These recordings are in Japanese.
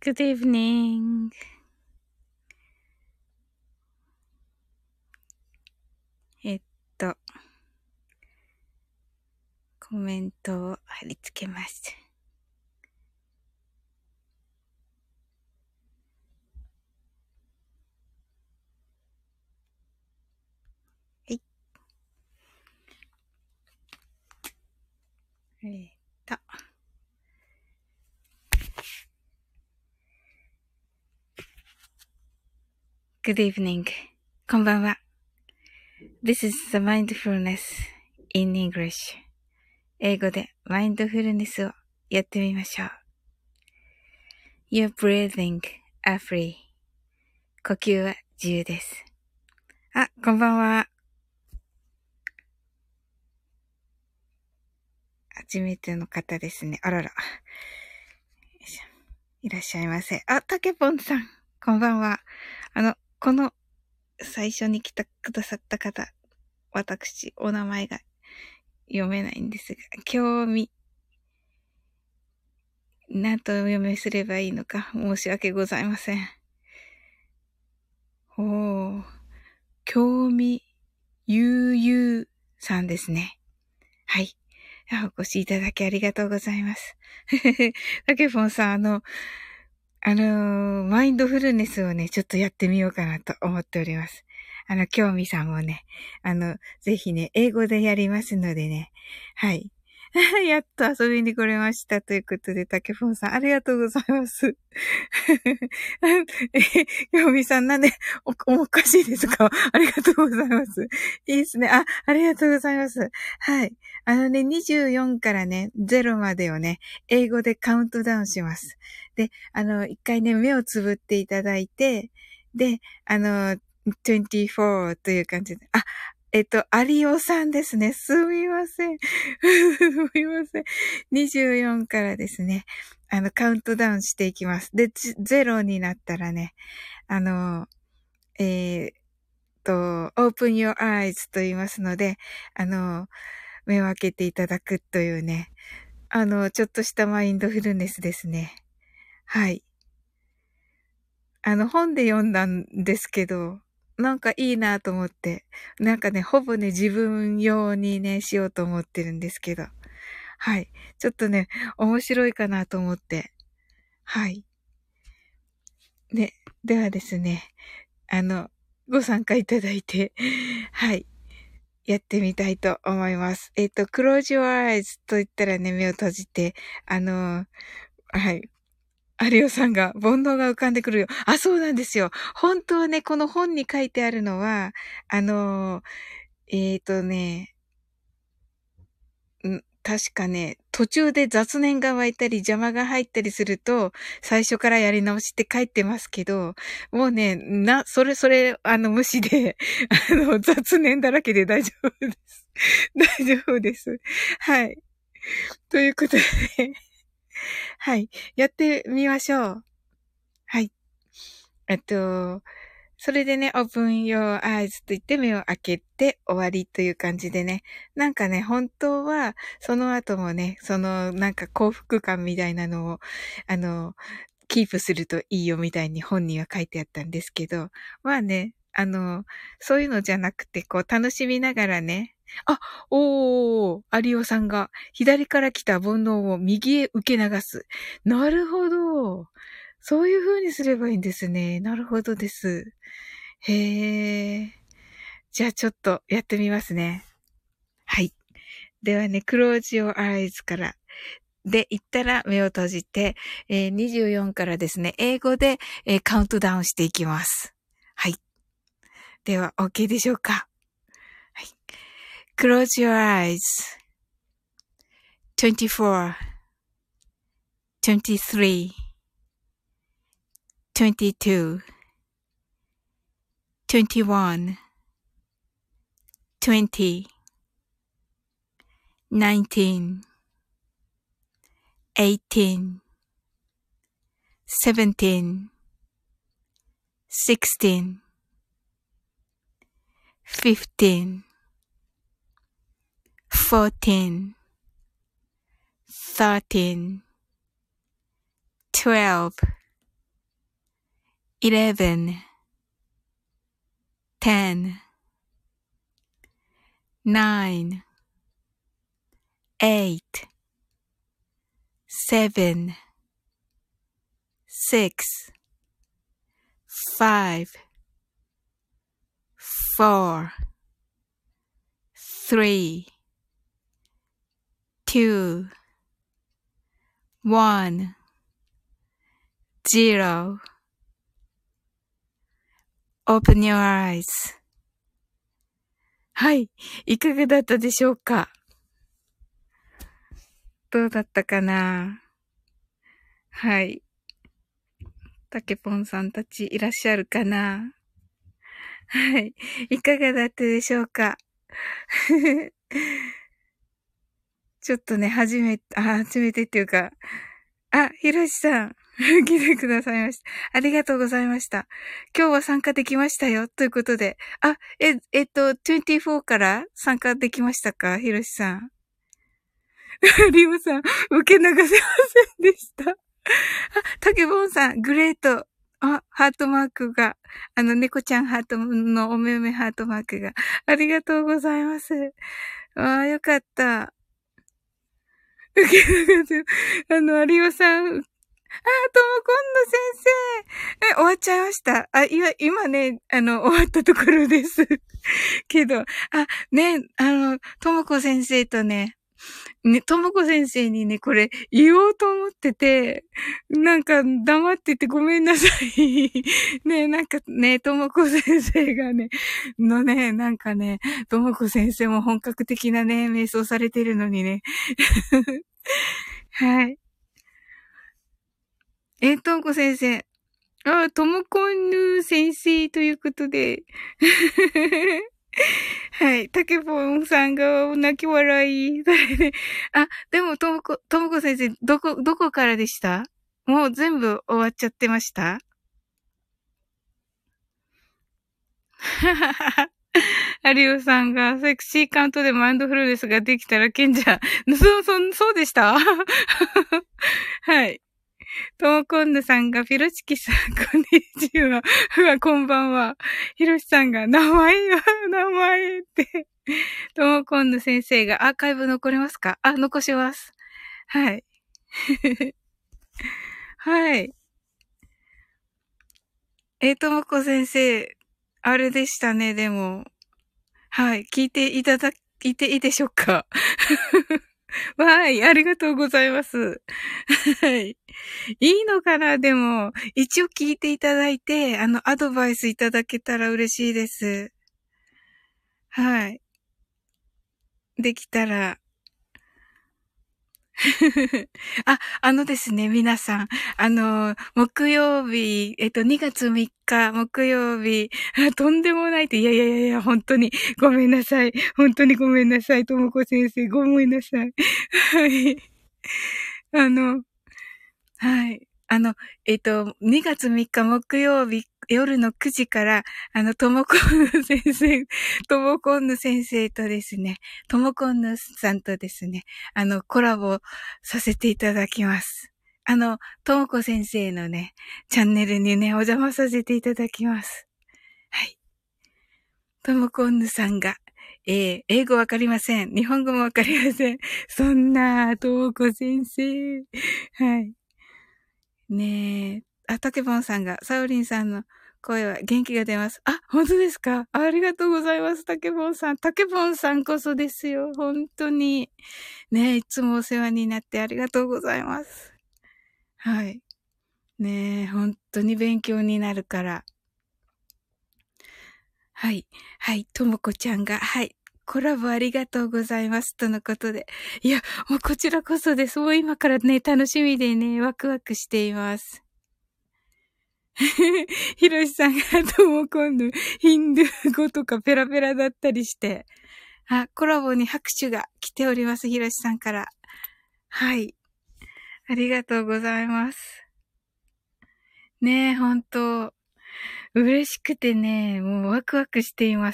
Good evening. えっと、コメントを貼り付けます。はい。と。Good evening. こんばんは。This is the mindfulness in English. 英語でマインドフルネスをやってみましょう。Your breathing are free. 呼吸は自由です。あ、こんばんは。初めての方ですね。あらら。いらっしゃいませ。あ、たけぽんさん。こんばんは。この最初に来てくださった方、私、お名前が読めないんですが、興味、何とお読みすればいいのか申し訳ございません。興味、ゆうさんですね。はい。お越しいただきありがとうございます。たけぽんさん、マインドフルネスをね、ちょっとやってみようかなと思っております。興味さんもね、ぜひね、英語でやりますのでね、はい。やっと遊びに来れましたということで、たけぽんさん、ありがとうございます。興味さん、なんで、おかしいですか？ありがとうございます。いいですね。ありがとうございます。はい。24からね、0までをね、英語でカウントダウンします。で、一回ね、目をつぶっていただいて、で、24という感じで、有オさんですね。すみません。すみません。24からですね、カウントダウンしていきます。で、0になったらね、open your eyes と言いますので、目を開けていただくというね、ちょっとしたマインドフルネスですね。はい。本で読んだんですけど、なんかいいなと思って、なんかね、ほぼね、自分用にね、しようと思ってるんですけど、はい。ちょっとね、面白いかなと思って、はい。ね、ではですね、ご参加いただいて、はい。やってみたいと思います。close your eyes と言ったらね、目を閉じて、はい。有オさんが、煩悩が浮かんでくるよ。あ、そうなんですよ。本当はね、この本に書いてあるのは、ね、確かね、途中で雑念が湧いたり邪魔が入ったりすると、最初からやり直しって書いてますけど、もうね、それ、無視で、雑念だらけで大丈夫です。大丈夫です。はい。ということで、はい。やってみましょう。はい。それでね、open your eyes と言って目を開けて終わりという感じでね。なんかね、本当は、その後もね、なんか幸福感みたいなのを、キープするといいよみたいに本には書いてあったんですけど、まあね、そういうのじゃなくて、こう、楽しみながらね、有オさんが左から来た煩悩を右へ受け流す。なるほど。そういう風にすればいいんですね。なるほどです。へえ。じゃあちょっとやってみますね。はい。ではね、close your eyes から。で、言ったら目を閉じて、24からですね、英語で、カウントダウンしていきます。はい。では、OK でしょうか？はい。close your eyes. 24, 23, 22, 21, 20, 19, 18, 17, 16, 15, 14, 13, 12, 11, 10, 9, 8, 7, 6, 5, 4, 3, 2, 1, 0. Open your eyes. はい。いかがだったでしょうか？どうだったかな？はい。たけぽんさんたちいらっしゃるかな？はい。いかがだったでしょうか？ちょっとね、初めてっていうか、ひろしさん、来てくださいました。ありがとうございました。今日は参加できましたよ、ということで。24から参加できましたか？ひろしさん。リムさん、受け流せませんでした。たけぼんさん、グレート。ハートマークが、猫ちゃんハートのおめめハートマークが。ありがとうございます。よかった。受け流せ、有オさん、ともこんの先生。終わっちゃいました。今ね、終わったところです。けど、ともこ先生とね、ともこ先生にね、これ言おうと思ってて、なんか黙っててごめんなさい。ね、なんかね、ともこ先生がね、なんかね、ともこ先生も本格的なね、瞑想されてるのにね。はい。ともこ先生。ともこんぬ先生ということで。はい。たけぽんさんが泣き笑い。でも、ともこ先生、どこからでした？もう全部終わっちゃってました？有オさんが、セクシーカウントでマインドフルネスができたら賢者。そうでした？はい。ともこんぬさんが、ピロチキさん、こんにちは。こんばんは。ひろしさんが、名前って。ともこんぬ先生が、アーカイブ残りますか？残します。はい。はい。ともこ先生、あれでしたね、でも。はい。聞いていていいでしょうか？わーい、ありがとうございます。はい。いいのかな？でも、一応聞いていただいて、アドバイスいただけたら嬉しいです。はい。できたら。ですね、皆さん。木曜日、2月3日、木曜日、とんでもないって、いや、本当に、ごめんなさい。本当にごめんなさい。ともこ先生、ごめんなさい。はい。あの、はい。2月3日木曜日夜の9時から、ともこんぬ先生、ともこんぬ先生とですね、ともこんぬさんとですね、コラボさせていただきます。ともこ先生のね、チャンネルにね、お邪魔させていただきます。はい。ともこんぬさんが、英語わかりません。日本語もわかりません。そんな、ともこ先生。はい。ねえ。たけぼんさんが、サウリンさんの声は元気が出ます。本当ですか？ありがとうございます、たけぼんさん。たけぼんさんこそですよ。本当に。ねえ、いつもお世話になってありがとうございます。はい。ねえ、本当に勉強になるから。はい。はい。ともこちゃんが、はい。コラボありがとうございます。とのことで。いや、もうこちらこそです。もう今からね、楽しみでね、ワクワクしています。ひろしさんがとも今度、ヒンドゥー語とかペラペラだったりして。コラボに拍手が来ております。ひろしさんから。はい。ありがとうございます。ねえ、ほんと。嬉しくてね、もうワクワクしています。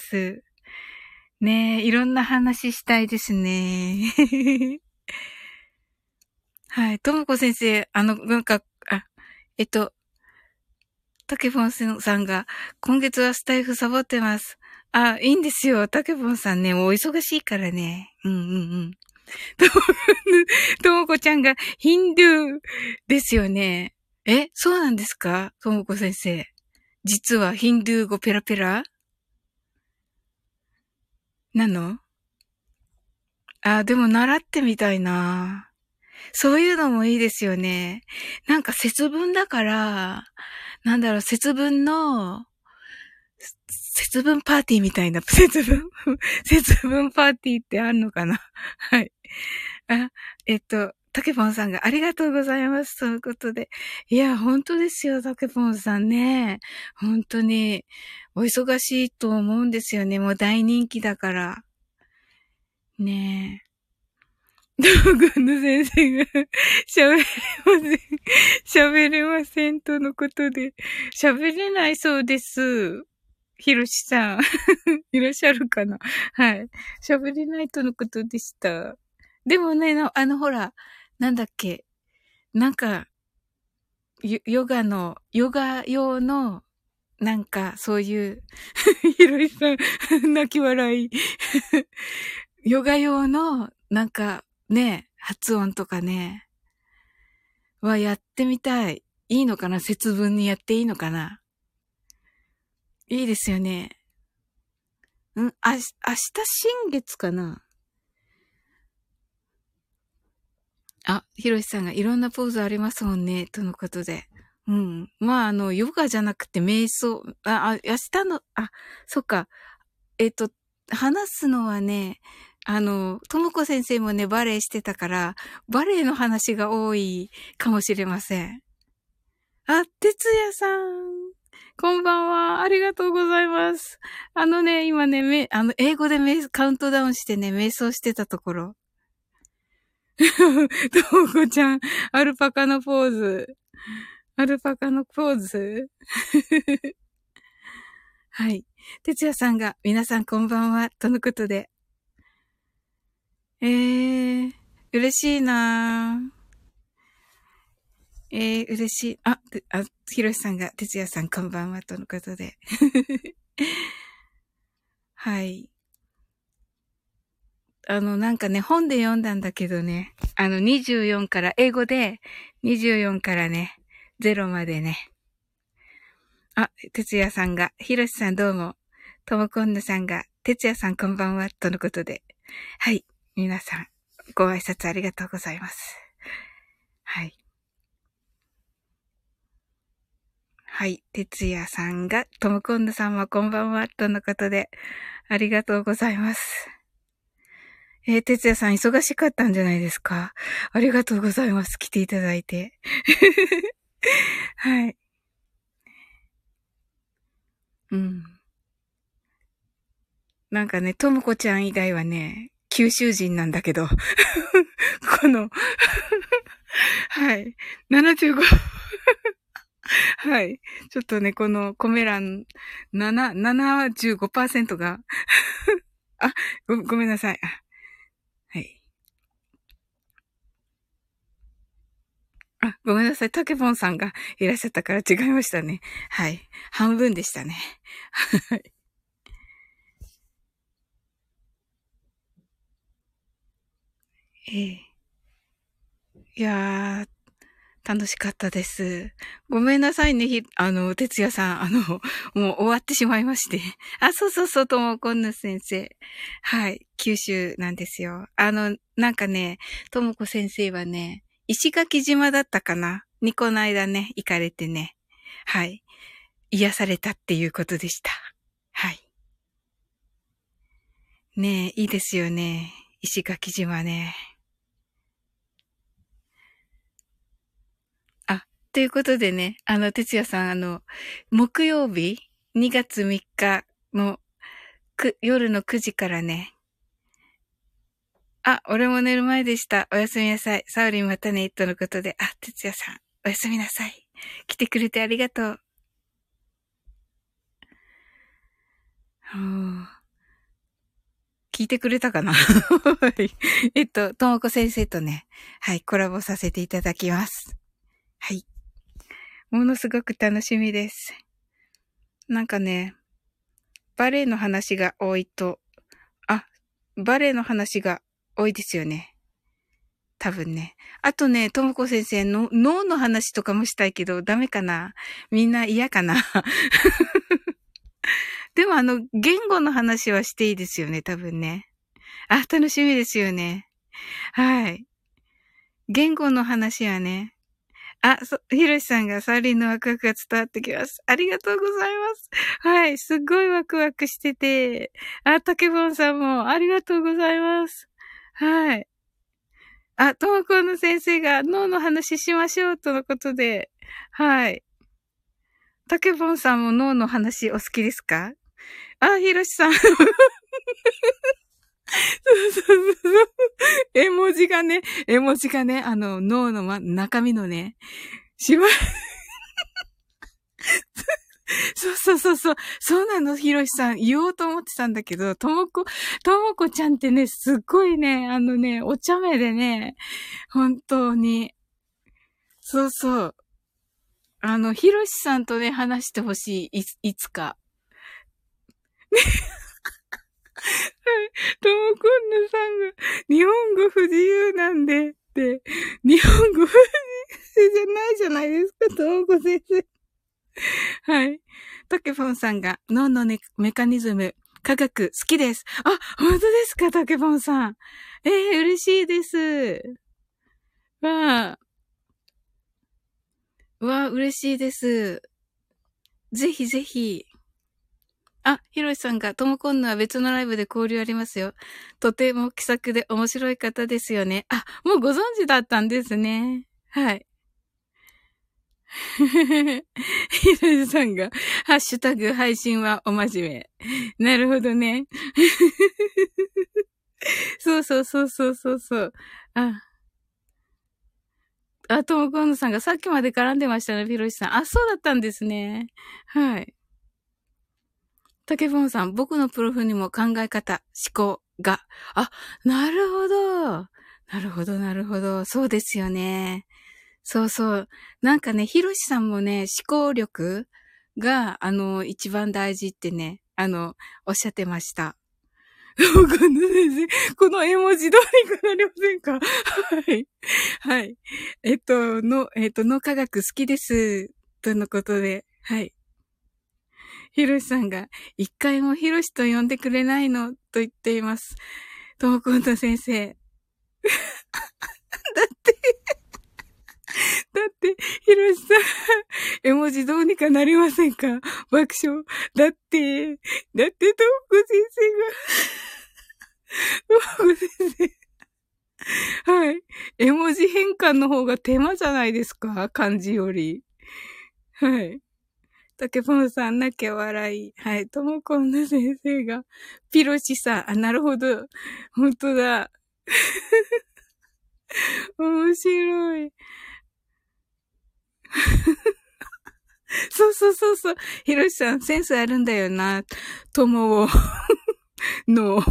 ねえ、いろんな話したいですね。はい。ともこ先生、なんか、えっと、 タケポンさんが、今月はスタイフサボってます。あ、いいんですよ。タケポンさんね、もうお忙しいからね。うんうんうん。ともこちゃんがヒンドゥーですよね。え、そうなんですかともこ先生。実はヒンドゥー語ペラペラなの？あ、でも習ってみたいな。そういうのもいいですよね。なんか節分だから、なんだろう、節分パーティーみたいな、節分パーティーってあんのかな？はい。あ、タケポンさんがありがとうございます。ということで。いや、本当ですよ、タケポンさんね。本当に、お忙しいと思うんですよね。もう大人気だから。ねえ。ドーグの先生が喋れませんとのことで。喋れないそうです。ひろしさん。いらっしゃるかな？はい。喋れないとのことでした。でもね、ほら、なんだっけ。なんか、ヨガ用の、なんか、そういう、ひろしさん、泣き笑い。ヨガ用の、なんか、ね、発音とかね、はやってみたい。いいのかな？節分にやっていいのかな？いいですよね。明日新月かな？あ、ひろしさんがいろんなポーズありますもんね、とのことで。うん。まあ、ヨガじゃなくて瞑想、明日の、そっか。話すのはね、ともこ先生もね、バレエしてたから、バレエの話が多いかもしれません。あ、てつやさん。こんばんは。ありがとうございます。今ね、英語でカウントダウンしてね、瞑想してたところ。ともこちゃん、アルパカのポーズ。アルパカのポーズはい。てつやさんが、皆さんこんばんは、とのことで。嬉しいな嬉しい。ひろしさんが、てつやさんこんばんは、とのことで。はい。なんかね、本で読んだんだけどね、24から、英語で24からね、0までね。あ、てつやさんが、ひろしさんどうも、ともこんぬさんが、てつやさんこんばんは、とのことで。はい。皆さん、ご挨拶ありがとうございます。はい。はい。てつやさんが、ともこんぬさんもこんばんは、とのことで、ありがとうございます。てつやさん忙しかったんじゃないですか？ありがとうございます。来ていただいて。はい。うん。なんかね、ともこちゃん以外はね、九州人なんだけど、このはい。75はい。ちょっとね、このコメ欄、75% がごめんなさい。はい。ごめんなさい。タケポンさんがいらっしゃったから違いましたね。はい。半分でしたね。はい。いやー、楽しかったです。ごめんなさいね、てつやさん。もう終わってしまいまして。そうそうそう、ともこんぬ先生。はい、九州なんですよ。なんかね、ともこ先生はね、石垣島だったかなにこの間ね、行かれてね。はい。癒されたっていうことでした。はい。ねえ、いいですよね。石垣島ね。ということでね、哲也さん、木曜日、2月3日の夜の9時からね、俺も寝る前でした。おやすみなさい。サウリンまたね、とのことで、哲也さん、おやすみなさい。来てくれてありがとう。聞いてくれたかなはい。ともこ先生とね、はい、コラボさせていただきます。はい。 ものすごく楽しみです。なんかね、バレエの話が多いと、バレエの話が多いですよね。多分ね。あとね、ともこ先生の脳の話とかもしたいけど、ダメかな？みんな嫌かな？でも言語の話はしていいですよね、多分ね。楽しみですよね。はい。言語の話はね。ひろしさんがサーリンのワクワクが伝わってきます。ありがとうございます。はい。すっごいワクワクしてて。たけぼんさんもありがとうございます。はい。ともこの先生が脳の話しましょうとのことで。はい。たけぼんさんも脳の話お好きですか？ひろしさん。そうそうそう。絵文字がね、脳の、中身のね、そう。そうなの、ひろしさん。言おうと思ってたんだけど、ともこちゃんってね、すっごいね、お茶目でね、本当に。そうそう。ひろしさんとね、話してほしい。いつか。ともこんなさんが、日本語不自由なんで、って、日本語不自由じゃないじゃないですか、ともこ先生。はい。たけぽんさんが、脳のね、メカニズム、科学好きです。本当ですか、たけぽんさん。嬉しいです。嬉しいです。ぜひぜひ。ひろしさんが、ともこんのは別のライブで交流ありますよ。とても気さくで面白い方ですよね。もうご存知だったんですね。はい。ひろしさんが、ハッシュタグ配信はお真面目。なるほどね。そう。ともこんのさんがさっきまで絡んでましたね、ひろしさん。そうだったんですね。はい。たけぼんさん、僕のプロフにも考え方、思考が。なるほど。なるほど。そうですよね。そう。なんかね、ひろしさんもね、思考力が、一番大事ってね、おっしゃってました。わかんない先生。この絵文字どうにかなりませんか？はい。はい。脳科学好きです。とのことで、はい。ひろしさんが、一回もひろしと呼んでくれないのと言っています。ともこんと先生。だって、ひろしさん、絵文字どうにかなりませんか？爆笑。だって、ともこ先生が、ともこ先生。はい。絵文字変換の方が手間じゃないですか？漢字より。はい。たけぽんさん、泣け笑い。はい。ともこんな先生が、ピロシさん、なるほど。本当だ。面白い。そう。ひろしさん、センスあるんだよな。ともを、の。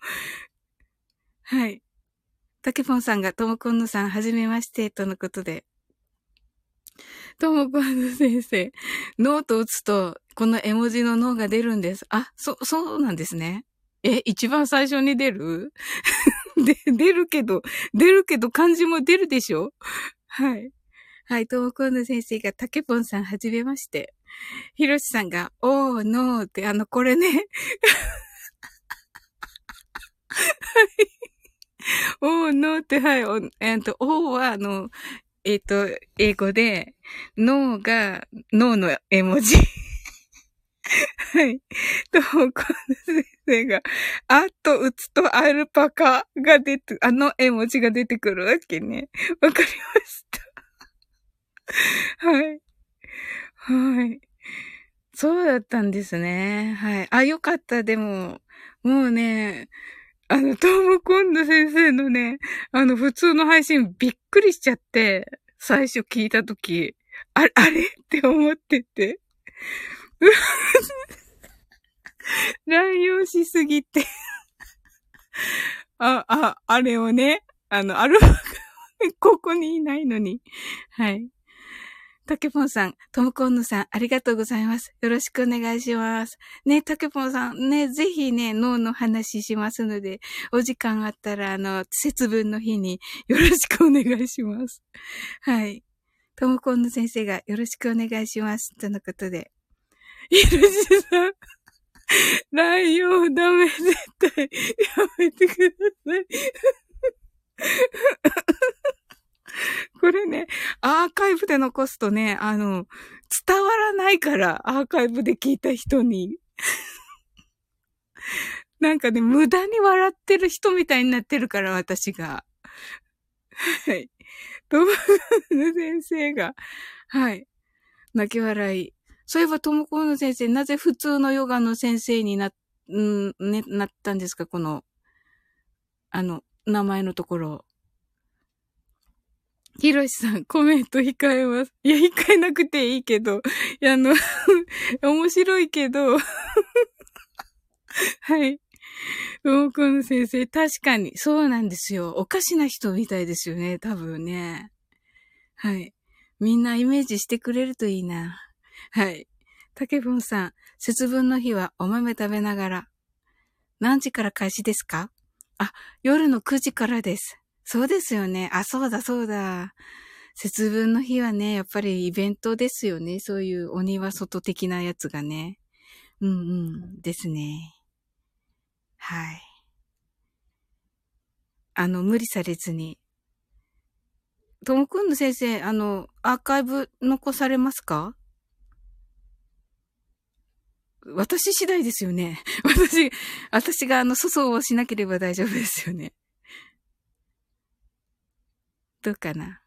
はい。たけぽんさんが、ともこんのさん、はじめまして、とのことで。ともこんの先生、ノート打つと、この絵文字の脳が出るんです。そうなんですね。一番最初に出る？出るけど、漢字も出るでしょ？はい。はい、ともこんの先生が、たけぽんさんはじめまして。ひろしさんが、ノーって、これね。ノーって、はい、は、英語で、ノーが、ノーの絵文字。はい。と、この先生が、と打つとアルパカが絵文字が出てくるわけね。わかりました。はい。そうだったんですね。はい。よかった。でも、もうね、トームコンド先生のね、普通の配信びっくりしちゃって、最初聞いたとき、あれって思ってて。乱用しすぎてあれをね、アルファがここにいないのに。はい。 たけぽんさん、ともこんぬさん、ありがとうございます。よろしくお願いします。ね、たけぽんさん、ね、ぜひね、脳の話しますので、お時間あったら、節分の日によろしくお願いします。はい。ともこんぬ先生がよろしくお願いします。とのことで。ひろしさん、ライオンダメ、絶対、やめてください。これね、アーカイブで残すとね、伝わらないから、アーカイブで聞いた人に。なんかね、無駄に笑ってる人みたいになってるから、私が。はい。ともこの先生が、はい。泣き笑い。そういえば、ともこの先生、なぜ普通のヨガの先生になったんですか？この、名前のところ。ひろしさん、コメント控えます。いや、控えなくていいけど、いや、面白いけど、はい。もこの先生、確かに、そうなんですよ。おかしな人みたいですよね、多分ね。はい。みんなイメージしてくれるといいな。はい。たけぼんさん、節分の日はお豆食べながら。何時から開始ですか？あ、夜の9時からです。そうですよね。あ、そうだそうだ。節分の日はね、やっぱりイベントですよね。そういうお庭外的なやつがね。うんうんですね。はい。無理されずに。ともくんの先生、アーカイブ残されますか？私次第ですよね。私が粗相をしなければ大丈夫ですよね。どうかな。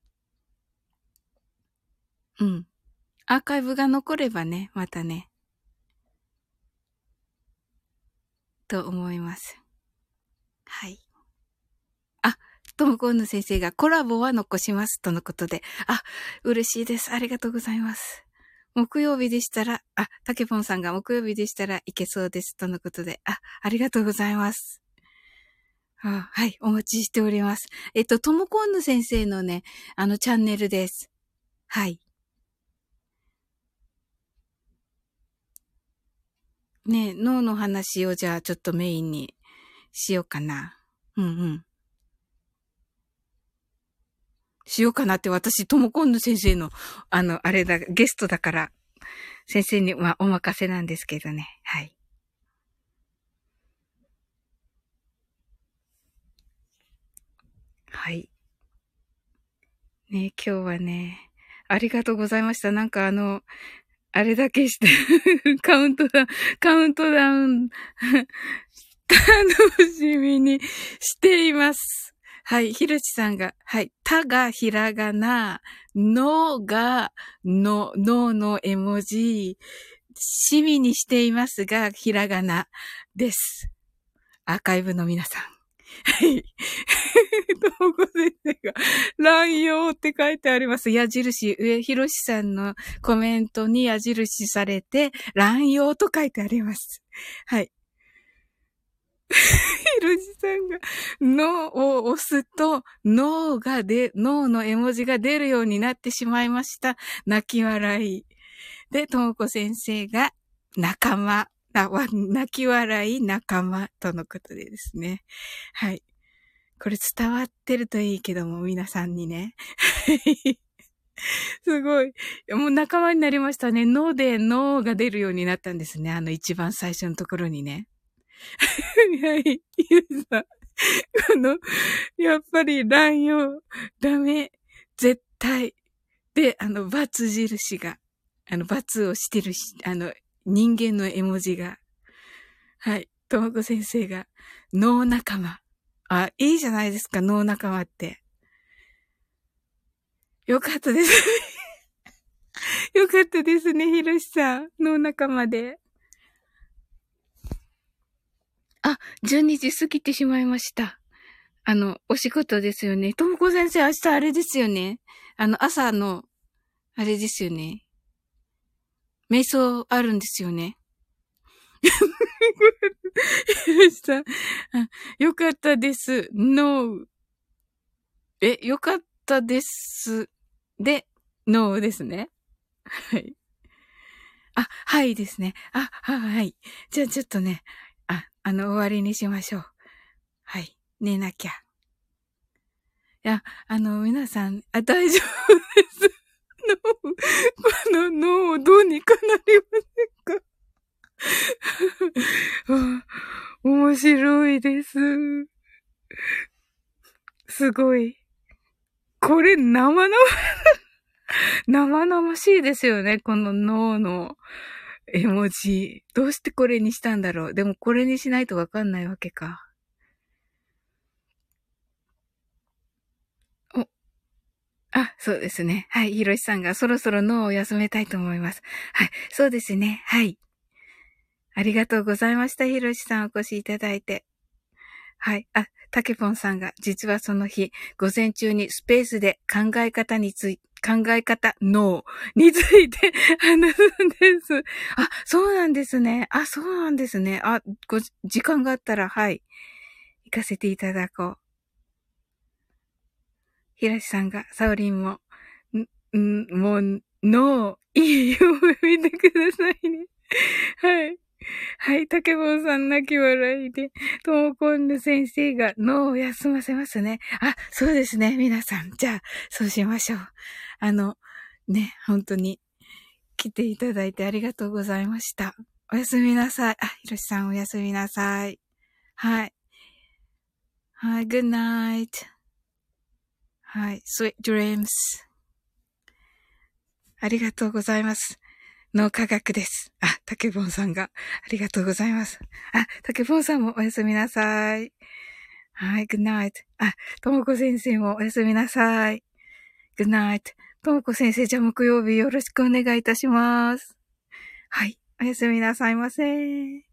うん。アーカイブが残ればね、またね、と思います。はい。あ、ともこんの先生がコラボは残します。とのことで。あ、嬉しいです。ありがとうございます。木曜日でしたら、たけぽんさんが木曜日でしたらいけそうです。とのことで。ありがとうございます。はい、お待ちしております。ともこんぬ先生のね、チャンネルです。はい。ね、脳の話をじゃあちょっとメインにしようかな。うんうん。しようかなって私、ともこんぬ先生の、あれだ、ゲストだから、先生にはお任せなんですけどね。はい。はい。ね、今日はね、ありがとうございました。なんかあれだけしてカウントダウン、楽しみにしています。はい、ひろしさんが、はい、たがひらがな、のが、の絵文字、しみにしていますが、ひらがなです。アーカイブの皆さん。はい。ともこ先生が、乱用って書いてあります。矢印、ひろしさんのコメントに矢印されて、乱用と書いてあります。はい。ひろしさんが、のを押すと、脳の絵文字が出るようになってしまいました。泣き笑い。で、ともこ先生が、仲間。泣き笑い仲間とのことでですね。はい。これ伝わってるといいけども、皆さんにね。すごい。もう仲間になりましたね。ので、のが出るようになったんですね。一番最初のところにね。はい。ゆうさん。やっぱり乱用、ダメ、絶対。で、×印が、×をしてるし、人間の絵文字が、はい。ともこ先生が、脳仲間。いいじゃないですか、脳仲間って。よかったです。よかったですね、ひろしさん。脳仲間で。12時過ぎてしまいました。お仕事ですよね。ともこ先生、明日あれですよね。朝の、あれですよね。瞑想あるんですよね。ひろしさん。よかったです。No。よかったです。で、 ノーですね。はい。あ、はいですね。あ、はい。じゃあちょっとね、終わりにしましょう。はい。寝なきゃ。いや、皆さん、大丈夫です。この脳をどうにかなりませんか？あ、面白いです。すごい。これ生々しいですよね。この脳の絵文字。どうしてこれにしたんだろう。でもこれにしないとわかんないわけか。お、そうですね。はい。ひろしさんがそろそろ脳を休めたいと思います。はい。そうですね。はい。ありがとうございました。ひろしさんお越しいただいて。はい。たけぽんさんが、実はその日、午前中にスペースで考え方脳について話すんです。そうなんですね。そうなんですね。時間があったら、はい。行かせていただこう。ひらしさんが、サオリンも、もう、脳、いいよ、見てくださいね。はい。はい、竹本さん泣き笑いで、ともこんぬ先生が脳を休ませますね。そうですね、皆さん。じゃあ、そうしましょう。本当に来ていただいてありがとうございました。おやすみなさい。ひろしさんおやすみなさい。はい。はい、good night. はい、sweet dreams. ありがとうございます。脳科学です。竹本さんが。ありがとうございます。竹本さんもおやすみなさい。はい、good night. ともこ先生もおやすみなさい。good night. ともこ先生、じゃあ木曜日よろしくお願いいたします。はい、おやすみなさいませ。